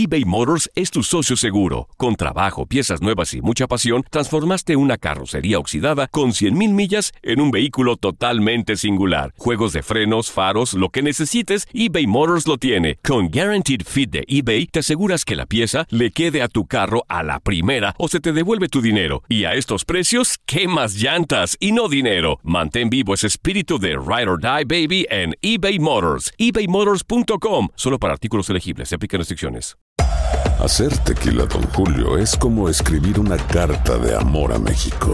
eBay Motors es tu socio seguro. Con trabajo, piezas nuevas y mucha pasión, transformaste una carrocería oxidada con 100,000 millas en un vehículo totalmente singular. Juegos de frenos, faros, lo que necesites, eBay Motors lo tiene. Con Guaranteed Fit de eBay, te aseguras que la pieza le quede a tu carro a la primera o se te devuelve tu dinero. Y a estos precios, ¿qué más llantas y no dinero? Mantén vivo ese espíritu de Ride or Die, baby, en eBay Motors. ebaymotors.com. Solo para artículos elegibles. Se aplican restricciones. Hacer tequila Don Julio es como escribir una carta de amor a México.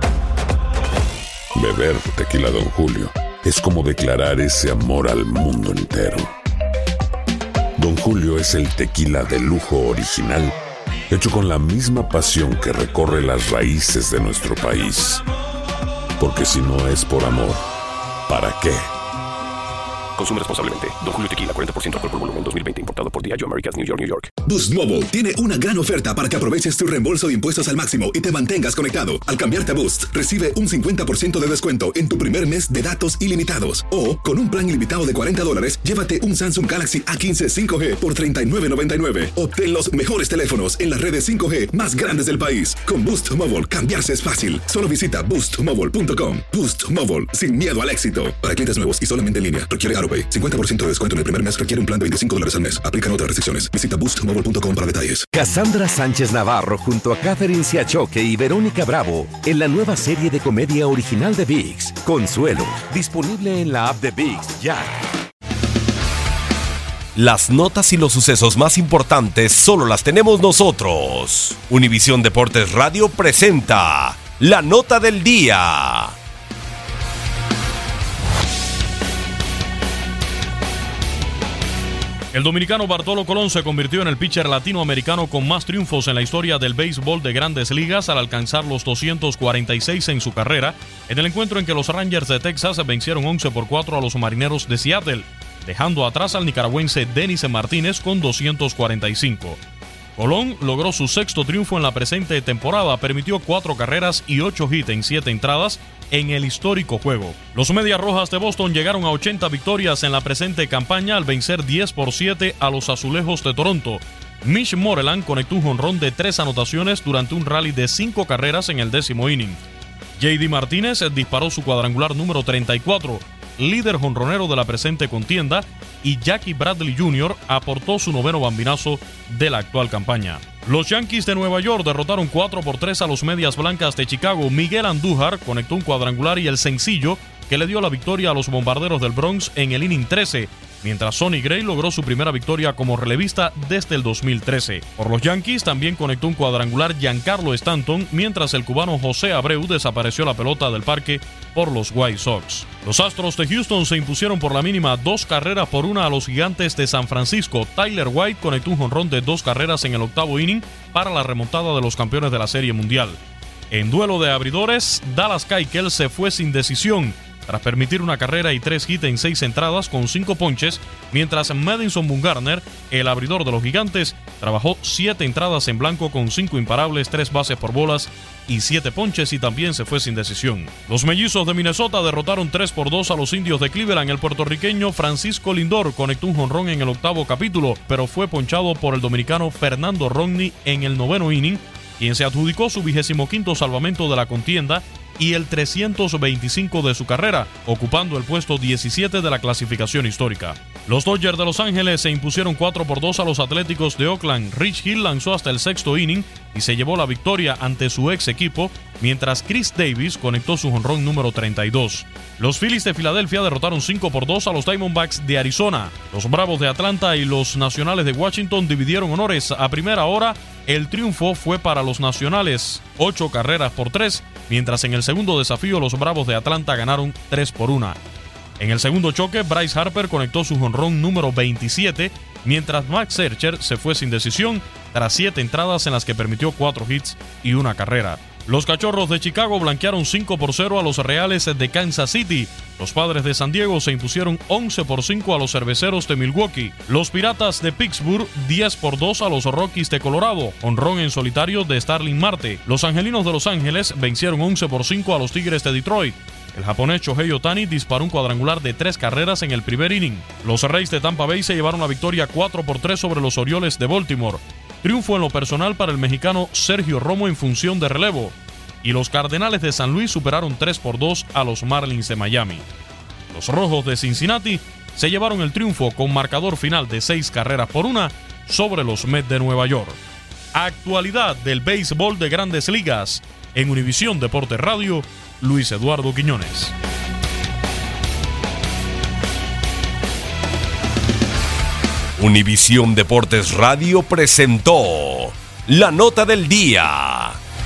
Beber tequila Don Julio es como declarar ese amor al mundo entero. Don Julio es el tequila de lujo original, hecho con la misma pasión que recorre las raíces de nuestro país. Porque si no es por amor, ¿para qué? Consume responsablemente. Don Julio Tequila, 40% alcohol por volumen, 2020. Importado por Diageo Americas, New York, New York. Boost Mobile tiene una gran oferta para que aproveches tu reembolso de impuestos al máximo y te mantengas conectado. Al cambiarte a Boost, recibe un 50% de descuento en tu primer mes de datos ilimitados. O, con un plan ilimitado de $40, llévate un Samsung Galaxy A15 5G por $39.99. Obtén los mejores teléfonos en las redes 5G más grandes del país. Con Boost Mobile, cambiarse es fácil. Solo visita boostmobile.com. Boost Mobile, sin miedo al éxito. Para clientes nuevos y solamente en línea, requiere AroPay. 50% de descuento en el primer mes requiere un plan de $25 al mes. Aplican otras restricciones. Visita boostmobile.com para detalles. Cassandra Sánchez Navarro junto a Catherine Siachoque y Verónica Bravo en la nueva serie de comedia original de ViX, Consuelo, disponible en la app de ViX ya. Las notas y los sucesos más importantes solo las tenemos nosotros. Univisión Deportes Radio presenta La Nota del Día. El dominicano Bartolo Colón se convirtió en el pitcher latinoamericano con más triunfos en la historia del béisbol de Grandes Ligas al alcanzar los 246 en su carrera, en el encuentro en que los Rangers de Texas vencieron 11-4 a los Marineros de Seattle, dejando atrás al nicaragüense Denis Martínez con 245. Colón logró su sexto triunfo en la presente temporada, permitió 4 carreras y 8 hits en 7 entradas en el histórico juego. Los Medias Rojas de Boston llegaron a 80 victorias en la presente campaña al vencer 10-7 a los Azulejos de Toronto. Mitch Moreland conectó un jonrón de 3 anotaciones durante un rally de 5 carreras en el 10º inning. J.D. Martínez disparó su cuadrangular número 34, líder jonronero de la presente contienda, y Jackie Bradley Jr. aportó su 9º bambinazo de la actual campaña. Los Yankees de Nueva York derrotaron 4-3 a los Medias Blancas de Chicago. Miguel Andújar conectó un cuadrangular y el sencillo que le dio la victoria a los Bombarderos del Bronx en el inning 13, mientras Sonny Gray logró su primera victoria como relevista desde el 2013. Por los Yankees también conectó un cuadrangular Giancarlo Stanton, mientras el cubano José Abreu desapareció la pelota del parque por los White Sox. Los Astros de Houston se impusieron por la mínima 2-1 a los Gigantes de San Francisco. Tyler White conectó un jonrón de 2 carreras en el 8º inning para la remontada de los campeones de la Serie Mundial. En duelo de abridores, Dallas Keuchel se fue sin decisión tras permitir una carrera y 3 hits en 6 entradas con 5 ponches, mientras Madison Bumgarner, el abridor de los Gigantes, trabajó 7 entradas en blanco con 5 imparables, 3 bases por bolas y 7 ponches y también se fue sin decisión. Los Mellizos de Minnesota derrotaron 3-2 a los Indios de Cleveland. El puertorriqueño Francisco Lindor conectó un jonrón en el 8º capítulo, pero fue ponchado por el dominicano Fernando Rodney en el 9º inning, quien se adjudicó su 25º salvamento de la contienda y el 325 de su carrera, ocupando el puesto 17 de la clasificación histórica. Los Dodgers de Los Ángeles se impusieron 4-2 a los Atléticos de Oakland. Rich Hill lanzó hasta el 6º inning y se llevó la victoria ante su ex equipo, mientras Chris Davis conectó su jonrón número 32. Los Phillies de Filadelfia derrotaron 5-2 a los Diamondbacks de Arizona. Los Bravos de Atlanta y los Nacionales de Washington dividieron honores. A primera hora, el triunfo fue para los Nacionales, 8-3, mientras en el segundo desafío los Bravos de Atlanta ganaron 3-1. En el segundo choque, Bryce Harper conectó su jonrón número 27, mientras Max Scherzer se fue sin decisión tras 7 entradas en las que permitió 4 hits y 1 carrera. Los Cachorros de Chicago blanquearon 5-0 a los Reales de Kansas City. Los Padres de San Diego se impusieron 11-5 a los Cerveceros de Milwaukee. Los Piratas de Pittsburgh 10-2 a los Rockies de Colorado. Jonrón en solitario de Starling Marte. Los Angelinos de Los Ángeles vencieron 11-5 a los Tigres de Detroit. El japonés Shohei Ohtani disparó un cuadrangular de 3 carreras en el primer inning. Los Rays de Tampa Bay se llevaron la victoria 4-3 sobre los Orioles de Baltimore. Triunfo en lo personal para el mexicano Sergio Romo en función de relevo. Y los Cardenales de San Luis superaron 3-2 a los Marlins de Miami. Los Rojos de Cincinnati se llevaron el triunfo con marcador final de 6-1 sobre los Mets de Nueva York. Actualidad del béisbol de Grandes Ligas. En Univisión Deportes Radio, Luis Eduardo Quiñones. Univisión Deportes Radio presentó la nota del día.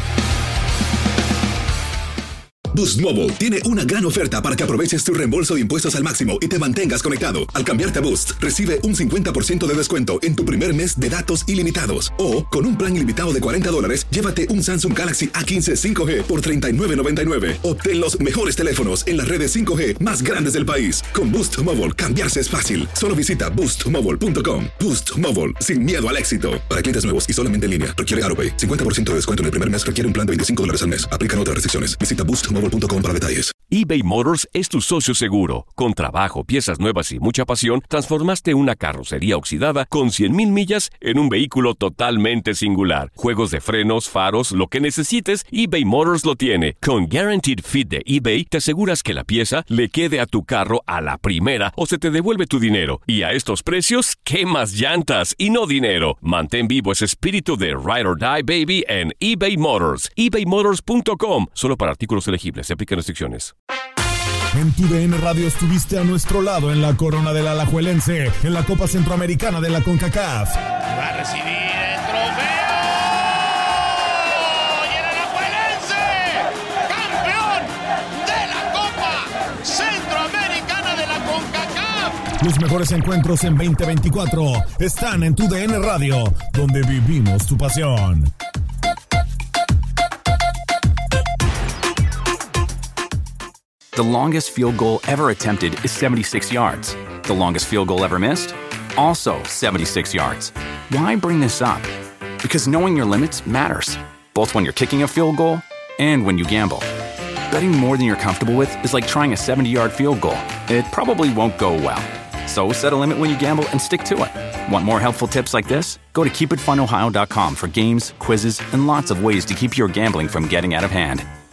Boost Mobile tiene una gran oferta para que aproveches tu reembolso de impuestos al máximo y te mantengas conectado. Al cambiarte a Boost, recibe un 50% de descuento en tu primer mes de datos ilimitados. O, con un plan ilimitado de $40, llévate un Samsung Galaxy A15 5G por $39.99. Obtén los mejores teléfonos en las redes 5G más grandes del país. Con Boost Mobile, cambiarse es fácil. Solo visita boostmobile.com. Boost Mobile, sin miedo al éxito. Para clientes nuevos y solamente en línea, requiere AutoPay. 50% de descuento en el primer mes requiere un plan de $25 al mes. Aplican otras restricciones. Visita boostmobile.com para detalles. eBay Motors es tu socio seguro. Con trabajo, piezas nuevas y mucha pasión, transformaste una carrocería oxidada con 100,000 millas en un vehículo totalmente singular. Juegos de frenos, faros, lo que necesites, eBay Motors lo tiene. Con Guaranteed Fit de eBay, te aseguras que la pieza le quede a tu carro a la primera o se te devuelve tu dinero. Y a estos precios, ¿qué más llantas y no dinero? Mantén vivo ese espíritu de Ride or Die, baby, en eBay Motors. ebaymotors.com. Solo para artículos elegibles. Se aplican restricciones. En tu DN Radio estuviste a nuestro lado en la corona del Alajuelense, en la Copa Centroamericana de la CONCACAF. Va a recibir el trofeo. Y el Alajuelense, campeón de la Copa Centroamericana de la CONCACAF. Los mejores encuentros en 2024 están en tu DN Radio, donde vivimos tu pasión. The longest field goal ever attempted is 76 yards. The longest field goal ever missed? Also 76 yards. Why bring this up? Because knowing your limits matters, both when you're kicking a field goal and when you gamble. Betting more than you're comfortable with is like trying a 70-yard field goal. It probably won't go well. So set a limit when you gamble and stick to it. Want more helpful tips like this? Go to keepitfunohio.com for games, quizzes, and lots of ways to keep your gambling from getting out of hand.